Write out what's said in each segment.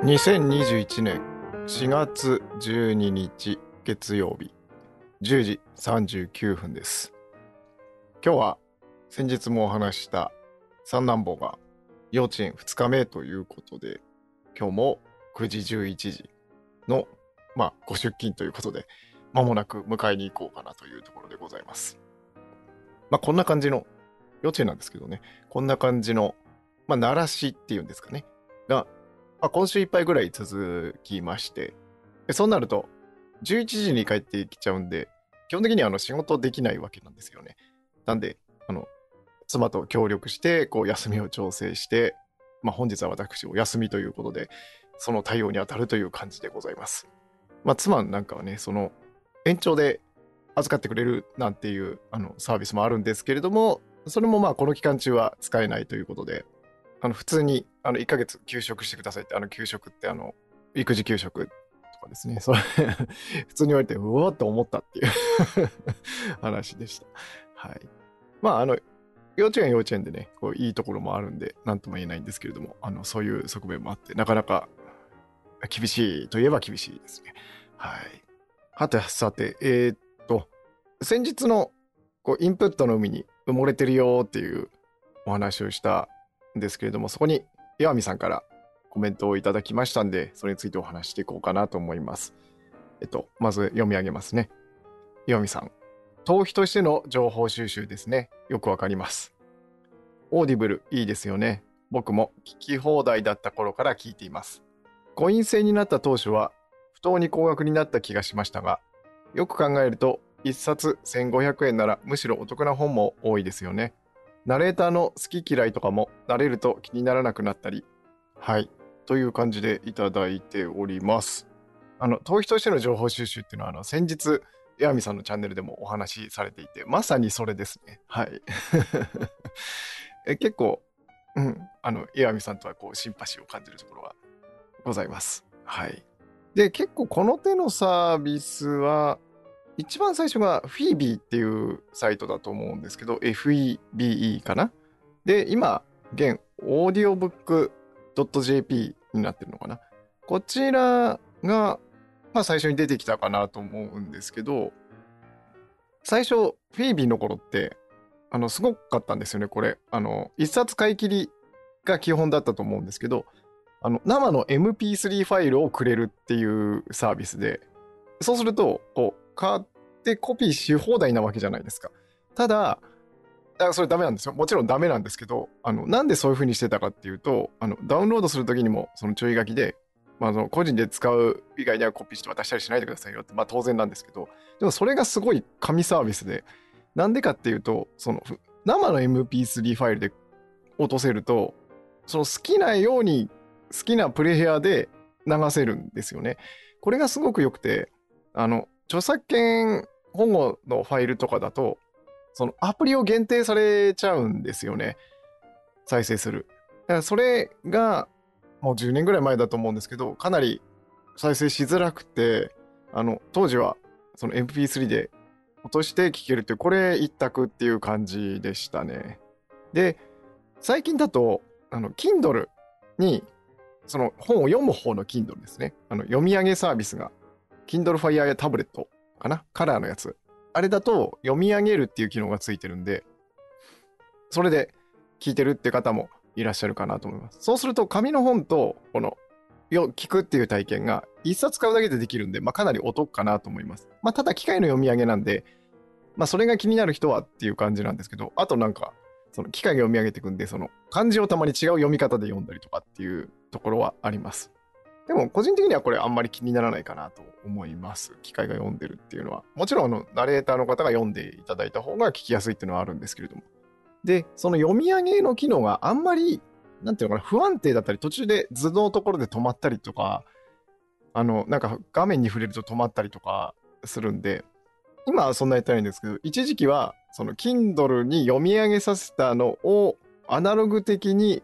2021年4月12日月曜日10時39分です。今日は先日もお話しした三男坊が幼稚園2日目ということで、今日も9時11時のご出勤ということで、間もなく迎えに行こうかなというところでございます。こんな感じの幼稚園なんですけどね、こんな感じの鳴らしっていうんですかねが今週いっぱいぐらい続きまして、そうなると11時に帰ってきちゃうんで、基本的には仕事できないわけなんですよね。なんで妻と協力して休みを調整して、本日は私お休みということで、その対応に当たるという感じでございます。妻なんかはね、その延長で預かってくれるなんていうサービスもあるんですけれども、それもこの期間中は使えないということで、普通に1ヶ月休職してくださいって、休職って育児休職とかですね、それ普通に言われてうわっと思ったっていう話でした。はい。幼稚園でね、いいところもあるんで何とも言えないんですけれども、そういう側面もあって、なかなか厳しいといえば厳しいですね。はい。さて、先日のインプットの海に埋もれてるよっていうお話をしたんですけれども、そこに岩見さんからコメントをいただきましたんで、それについてお話していこうかなと思います。まず読み上げますね。岩見さん、逃避としての情報収集ですね。よくわかります。オーディブルいいですよね。僕も聞き放題だった頃から聞いています。コイン制になった当初は不当に高額になった気がしましたが、よく考えると1冊1500円ならむしろお得な本も多いですよね。ナレーターの好き嫌いとかも慣れると気にならなくなったり、はい、という感じでいただいております。逃避としての情報収集っていうのは先日岩見さんのチャンネルでもお話しされていて、まさにそれですね。はい。結構、岩見さんとはシンパシーを感じるところがございます。はい。で、結構この手のサービスは、一番最初がフィービーっていうサイトだと思うんですけど、FEBE かな。で、今、現、audiobook.jp になってるのかな。こちらが、最初に出てきたかなと思うんですけど、最初、フィービーの頃って、すごかったんですよね、これ。一冊買い切りが基本だったと思うんですけど、生の MP3 ファイルをくれるっていうサービスで、そうすると、買ってコピーし放題なわけじゃないですか。ただ、それダメなんですよ。もちろんダメなんですけど、なんでそういう風にしてたかっていうと、ダウンロードするときにも、その注意書きで、個人で使う以外にはコピーして渡したりしないでくださいよって、当然なんですけど、でもそれがすごい神サービスで、なんでかっていうと、その生の MP3 ファイルで落とせると、その好きなように好きなプレイヤーで流せるんですよね。これがすごく良くて、著作権保護のファイルとかだと、そのアプリを限定されちゃうんですよね。再生する。だからそれがもう10年ぐらい前だと思うんですけど、かなり再生しづらくて、当時はその MP3 で落として聴けるっていう、これ一択っていう感じでしたね。で、最近だと、Kindle に、その本を読む方の Kindle ですね。読み上げサービスが、Kindle Fire やタブレットかな、カラーのやつ。あれだと読み上げるっていう機能がついてるんで、それで聞いてるって方もいらっしゃるかなと思います。そうすると、紙の本と、聞くっていう体験が一冊買うだけでできるんで、かなりお得かなと思います。ただ機械の読み上げなんで、それが気になる人はっていう感じなんですけど、あとその機械が読み上げていくんで、その漢字をたまに違う読み方で読んだりとかっていうところはあります。でも個人的にはこれあんまり気にならないかなと思います。機械が読んでるっていうのは。もちろんナレーターの方が読んでいただいた方が聞きやすいっていうのはあるんですけれども。で、その読み上げの機能があんまり、なんていうのかな、不安定だったり、途中で図のところで止まったりとか、画面に触れると止まったりとかするんで、今はそんなにやってないんですけど、一時期は、その Kindle に読み上げさせたのをアナログ的に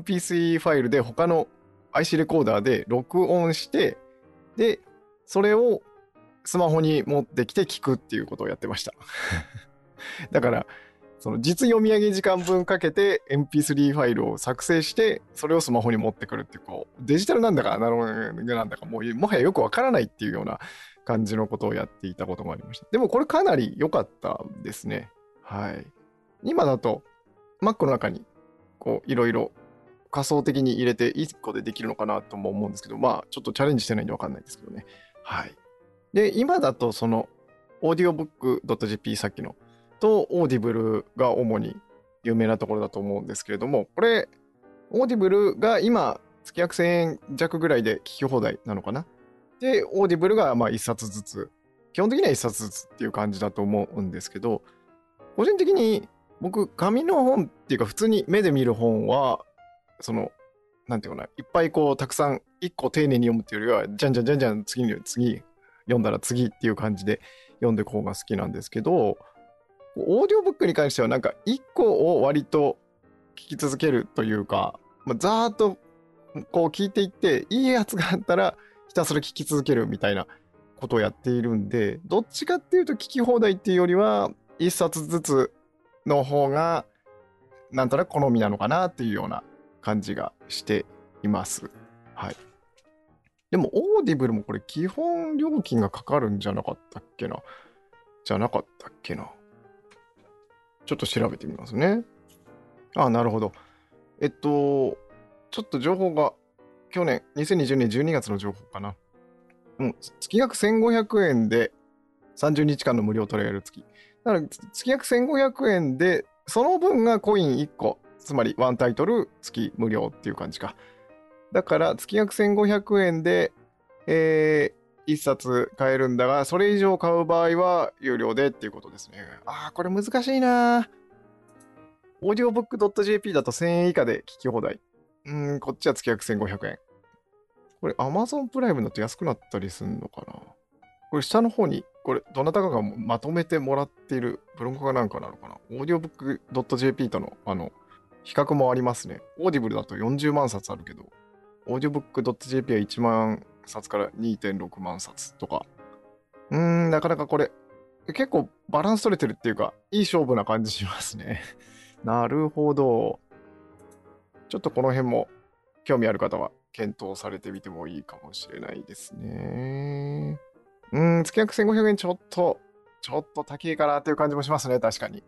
MP3 ファイルで他の IC レコーダーで録音して、で、それをスマホに持ってきて聞くっていうことをやってました。だから、 その実読み上げ時間分かけて MP3 ファイルを作成して、それをスマホに持ってくるっていう、こう、デジタルなんだかアナログなんだか、もはやよくわからないっていうような感じのことをやっていたことがありました。でもこれかなり良かったですね。はい。今だと Mac の中にこういろいろ仮想的に入れて1個でできるのかなとも思うんですけど、まあちょっとチャレンジしてないんでわかんないですけどね。はい。で、今だとその audiobook.jp さっきのと Audible が主に有名なところだと思うんですけれども、これ Audible が今月約1000円弱ぐらいで聞き放題なのかな。で、Audible がまあ1冊ずつ、基本的には1冊ずつっていう感じだと思うんですけど、個人的に僕、紙の本っていうか普通に目で見る本は、その、なんていうかな、いっぱいこうたくさん1個丁寧に読むっていうよりは、じゃんじゃんじゃんじゃん次読んだら次っていう感じで読んでいく方が好きなんですけど、オーディオブックに関してはなんか1個を割と聞き続けるというか、まあ、ざーっとこう聞いていって、いいやつがあったらひたすら聞き続けるみたいなことをやっているんで、どっちかっていうと聞き放題っていうよりは、1冊ずつの方がなんとなく好みなのかなっていうような感じがしています。はい。でも、オーディブルもこれ基本料金がかかるんじゃなかったっけな。ちょっと調べてみますね。あ、なるほど。ちょっと情報が去年、2020年12月の情報かな。月額1500円で30日間の無料トライアル付き。だから月額1500円で、その分がコイン1個、つまりワンタイトル月無料っていう感じか。だから月額1500円で、1冊買えるんだが、それ以上買う場合は有料でっていうことですね。これ難しいな。audiobook.jp だと1000円以下で聞き放題。こっちは月額1500円。これ Amazon プライムだと安くなったりすんのかな。これ下の方に、これどなたかがまとめてもらっているブログかなんかなのかな。audiobook.jp との比較もありますね。Audible だと40万冊あるけど、audiobook.jp は1万冊から2.6万冊とか。なかなかこれ、結構バランス取れてるっていうか、いい勝負な感じしますね。なるほど。ちょっとこの辺も興味ある方は検討されてみてもいいかもしれないですね。月額1500円ちょっと高いかなっていう感じもしますね、確かに。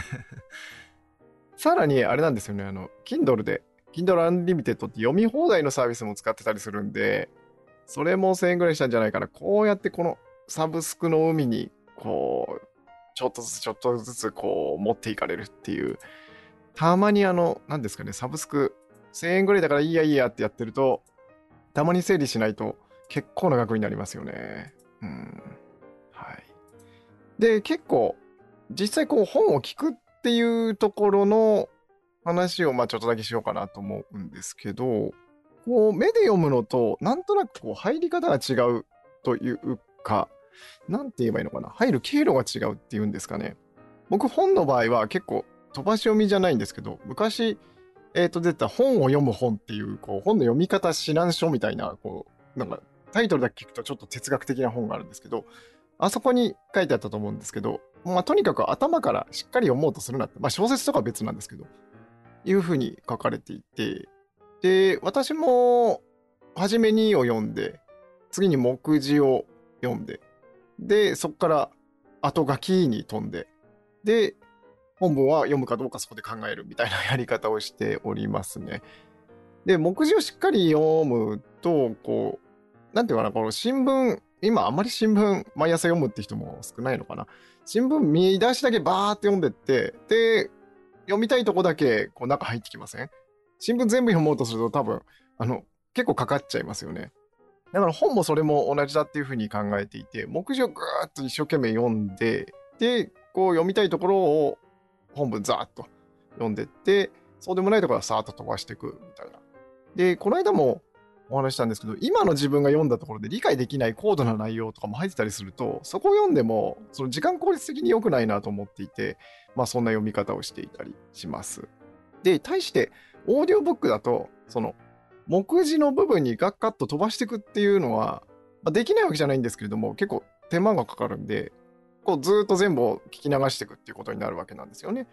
さらに、あれなんですよね、Kindle で、Kindle Unlimited って読み放題のサービスも使ってたりするんで、それも1000円ぐらいしたんじゃないかな。こうやってこのサブスクの海に、こう、ちょっとずつ、こう、持っていかれるっていう。たまに何ですかね、サブスク、1000円ぐらいだからいいやってやってると、たまに整理しないと結構な額になりますよね。はい。で、結構、実際こう本を聞くっていうところの話をちょっとだけしようかなと思うんですけど、こう目で読むのとなんとなくこう入り方が違うというか、なんて言えばいいのかな、入る経路が違うっていうんですかね。僕本の場合は結構飛ばし読みじゃないんですけど、昔出た本を読む本っていう、こう本の読み方指南書みたいな、こうなんかタイトルだけ聞くとちょっと哲学的な本があるんですけど、あそこに書いてあったと思うんですけど、とにかく頭からしっかり読もうとするなって、小説とかは別なんですけど、いうふうに書かれていて、で、私も、初めにを読んで、次に目次を読んで、で、そこから後書きに飛んで、で、本文は読むかどうかそこで考えるみたいなやり方をしておりますね。で、目次をしっかり読むと、こう、なんていうかな、この新聞、今あんまり新聞毎朝読むって人も少ないのかな。新聞見出しだけバーって読んでって、で、読みたいとこだけこう中入ってきません？新聞全部読もうとすると多分、結構かかっちゃいますよね。だから本もそれも同じだっていうふうに考えていて、目次をぐーっと一生懸命読んで、で、こう読みたいところを本文ザーッと読んでって、そうでもないところはさーっと飛ばしていくみたいな。で、この間もお話したんですけど、今の自分が読んだところで理解できない高度な内容とかも入ってたりすると、そこを読んでも、その時間効率的に良くないなと思っていて、そんな読み方をしていたりします。で、対して、オーディオブックだと、その、目次の部分にガッガッと飛ばしていくっていうのは、できないわけじゃないんですけれども、結構手間がかかるんで、こうずーっと全部を聞き流していくっていうことになるわけなんですよね。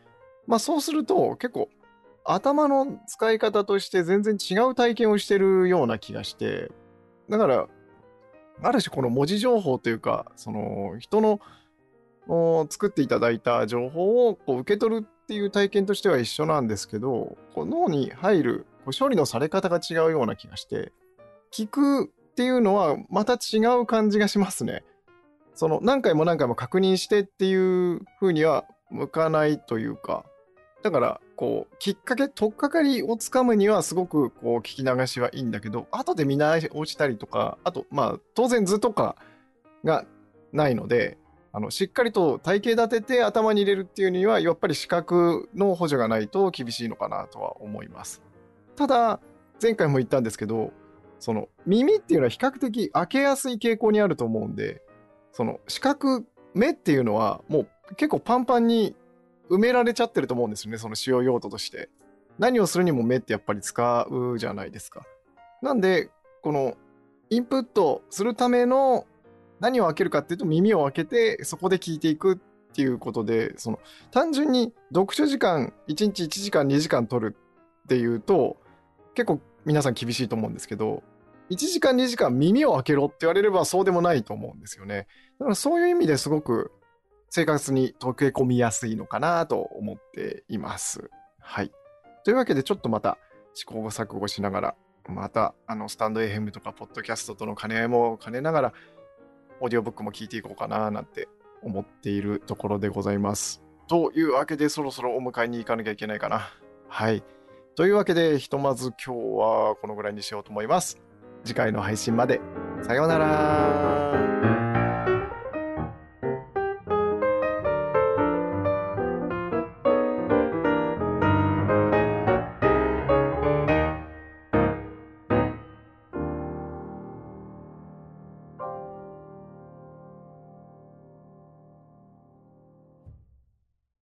まあそうすると結構頭の使い方として全然違う体験をしてるような気がして、だからある種この文字情報というか、その人の作っていただいた情報をこう受け取るっていう体験としては一緒なんですけど、こう脳に入るこう処理のされ方が違うような気がして、聞くっていうのはまた違う感じがしますね。その何回も何回も確認してっていう風には向かないというか、だからこうきっかけ、取っかかりをつかむにはすごくこう聞き流しはいいんだけど、後で見直したりとか、あとまあ当然図とかがないので、しっかりと体系立てて頭に入れるっていうにはやっぱり視覚の補助がないと厳しいのかなとは思います。ただ前回も言ったんですけど、その耳っていうのは比較的開けやすい傾向にあると思うんで、その視覚、目っていうのはもう結構パンパンに埋められちゃってると思うんですよね、その使用用途として。何をするにも目ってやっぱり使うじゃないですか。なんで、このインプットするための何を開けるかっていうと耳を開けてそこで聞いていくっていうことで、その単純に読書時間1日1時間2時間取るっていうと結構皆さん厳しいと思うんですけど、1時間2時間耳を開けろって言われればそうでもないと思うんですよね。だからそういう意味ですごく生活に溶け込みやすいのかなと思っています。はい。というわけでちょっとまた試行錯誤しながら、またスタンド FM とかポッドキャストとの兼ね合いも兼ねながら、オーディオブックも聞いていこうかななんて思っているところでございます。というわけでそろそろお迎えに行かなきゃいけないかな。はい。というわけでひとまず今日はこのぐらいにしようと思います。次回の配信まで。さようなら。